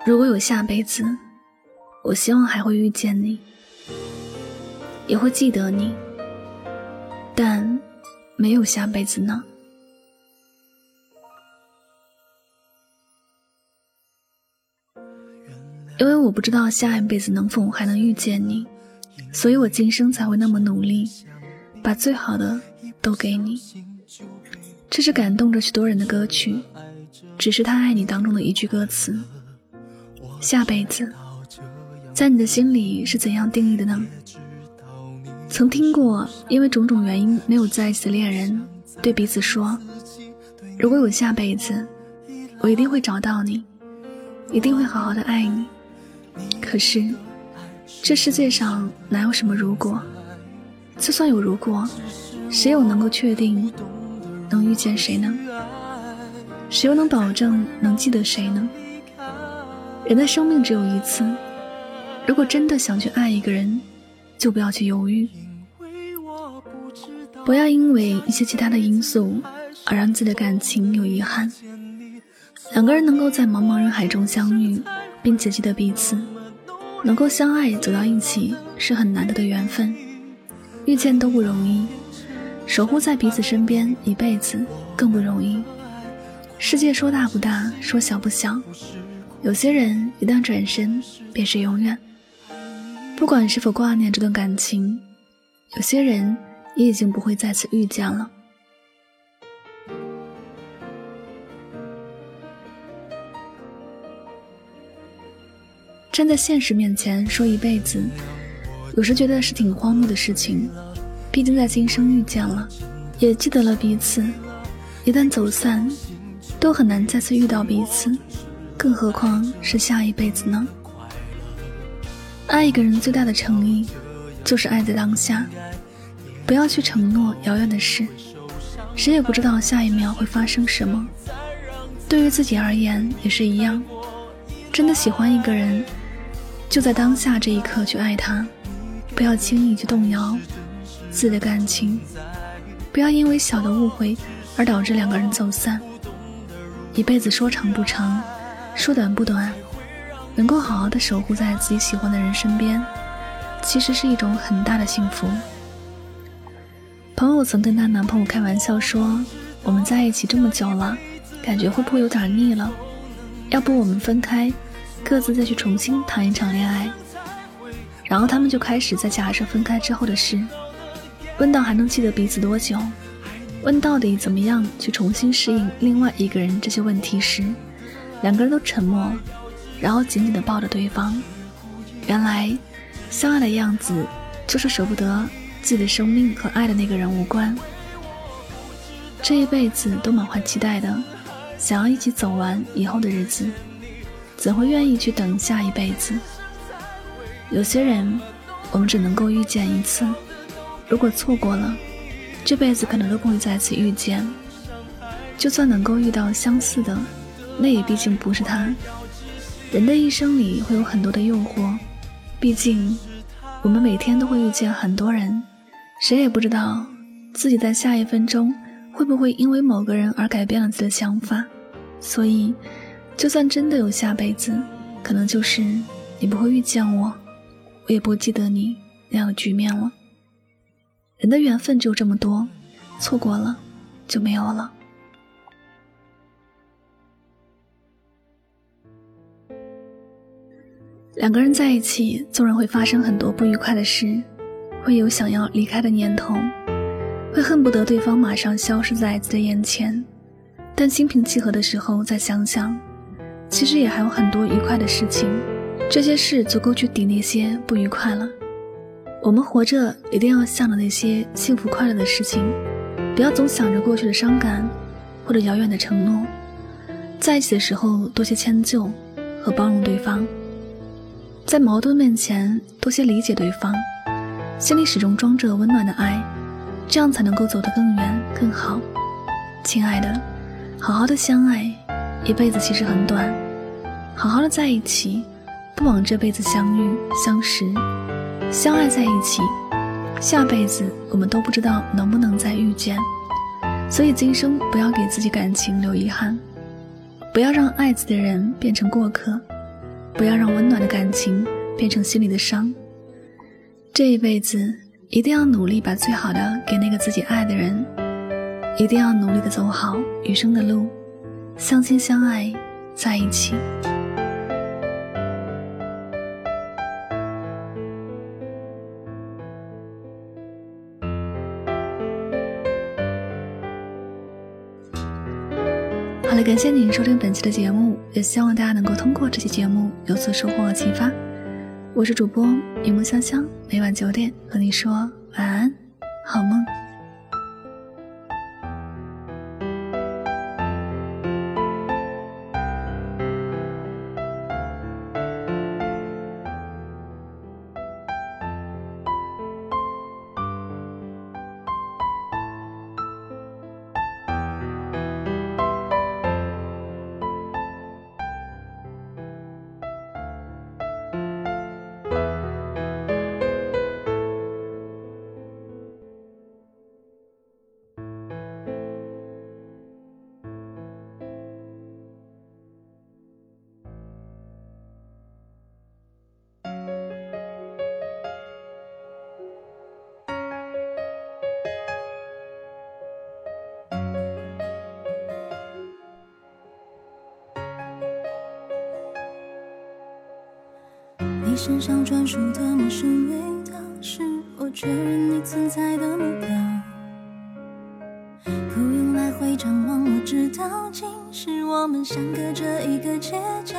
如果有下辈子，我希望还会遇见你，也会记得你，但没有下辈子呢？因为我不知道下一辈子能否还能遇见你，所以我今生才会那么努力，把最好的都给你。这是感动着许多人的歌曲，只是他爱你当中的一句歌词。下辈子在你的心里是怎样定义的呢？曾听过因为种种原因没有在一起的恋人对彼此说，如果有下辈子，我一定会找到你，一定会好好的爱你。可是这世界上哪有什么如果，就算有如果，谁又能够确定能遇见谁呢？谁又能保证能记得谁呢？人的生命只有一次，如果真的想去爱一个人，就不要去犹豫，不要因为一些其他的因素而让自己的感情有遗憾。两个人能够在茫茫人海中相遇，并且记得彼此，能够相爱走到一起，是很难得的缘分。遇见都不容易，守护在彼此身边一辈子更不容易。世界说大不大，说小不小，有些人一旦转身便是永远。不管是否挂念这段感情，有些人也已经不会再次遇见了。站在现实面前说一辈子，有时觉得是挺荒谬的事情。毕竟在今生遇见了，也记得了彼此，一旦走散，都很难再次遇到彼此，更何况是下一辈子呢？爱一个人最大的诚意，就是爱在当下，不要去承诺遥远的事，谁也不知道下一秒会发生什么。对于自己而言也是一样，真的喜欢一个人，就在当下这一刻去爱他，不要轻易去动摇自己的感情，不要因为小的误会而导致两个人走散。一辈子说长不长，说短不短，能够好好的守护在自己喜欢的人身边，其实是一种很大的幸福。朋友曾跟她男朋友开玩笑说，我们在一起这么久了，感觉会不会有点腻了？要不我们分开，各自再去重新谈一场恋爱。然后他们就开始在假设分开之后的事，问到还能记得彼此多久，问到底怎么样去重新适应另外一个人这些问题时，两个人都沉默，然后紧紧地抱着对方。原来相爱的样子就是舍不得自己的生命和爱的那个人无关，这一辈子都满怀期待的想要一起走完以后的日子，怎会愿意去等下一辈子？有些人我们只能够遇见一次，如果错过了，这辈子可能都不会再次遇见。就算能够遇到相似的，那也毕竟不是他。人的一生里会有很多的诱惑，毕竟我们每天都会遇见很多人，谁也不知道自己在下一分钟会不会因为某个人而改变了自己的想法。所以就算真的有下辈子，可能就是你不会遇见我，我也不会记得你那样的局面了。人的缘分只有这么多，错过了就没有了。两个人在一起，纵然会发生很多不愉快的事，会有想要离开的念头，会恨不得对方马上消失在自己的眼前，但心平气和的时候再想想，其实也还有很多愉快的事情，这些事足够去抵那些不愉快了。我们活着一定要向着那些幸福快乐的事情，不要总想着过去的伤感或者遥远的承诺。在一起的时候多些迁就和包容对方，在矛盾面前多些理解对方，心里始终装着温暖的爱，这样才能够走得更远更好。亲爱的，好好的相爱，一辈子其实很短，好好的在一起，不枉这辈子相遇相识相爱在一起，下辈子我们都不知道能不能再遇见。所以今生不要给自己感情留遗憾，不要让爱自己的人变成过客， 不要让温暖的感情变成心里的伤。这一辈子一定要努力把最好的给那个自己爱的人，一定要努力地走好余生的路，相亲相爱在一起。好了，感谢您收听本期的节目，也希望大家能够通过这期节目有所收获和启发。我是主播云梦香香，每晚9点和你说晚安，好梦。 你身上专属的陌生味道，是我确认你存在的目标。不用来回张望，我知道今时我们相隔着一个街角。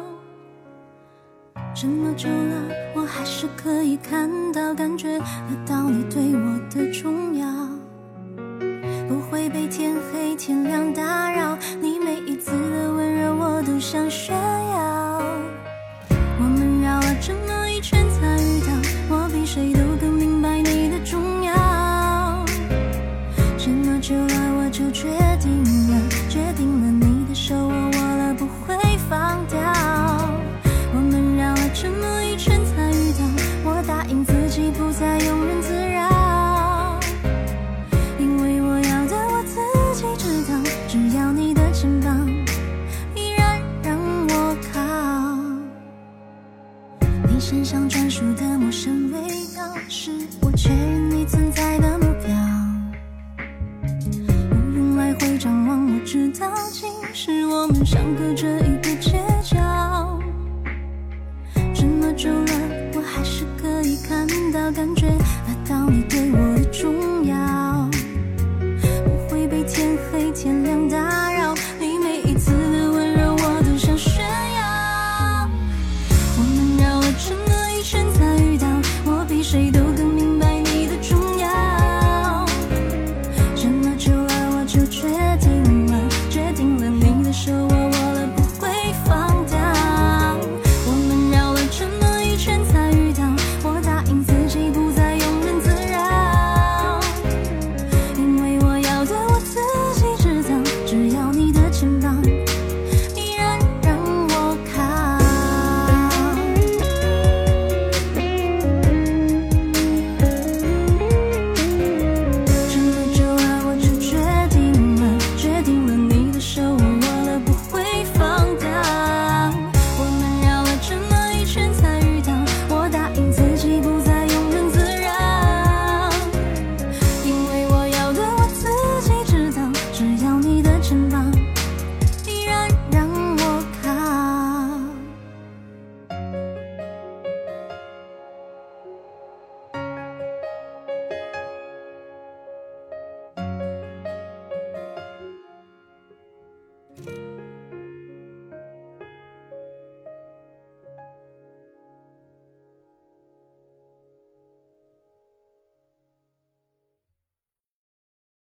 这么久了，我还是可以看到、感觉得到你对我的重要，不会被天黑天亮打扰。你每一次的温柔，我都想炫耀。我们绕了这么一圈才遇到，我比谁都更明白你的重要。这么久了，我就决定了你的手我握了不会放掉。我们绕了这么一圈才遇到，我答应自己不再庸人自扰，因为我要的我自己知道，只要你的肩膀依然让我靠。你身上专属的陌生味道，是我确认你存在的目标。不用来回张望，我知道今时我们相隔着一个街角。这么久了，我还是可以看到、感觉得到你对我的重要。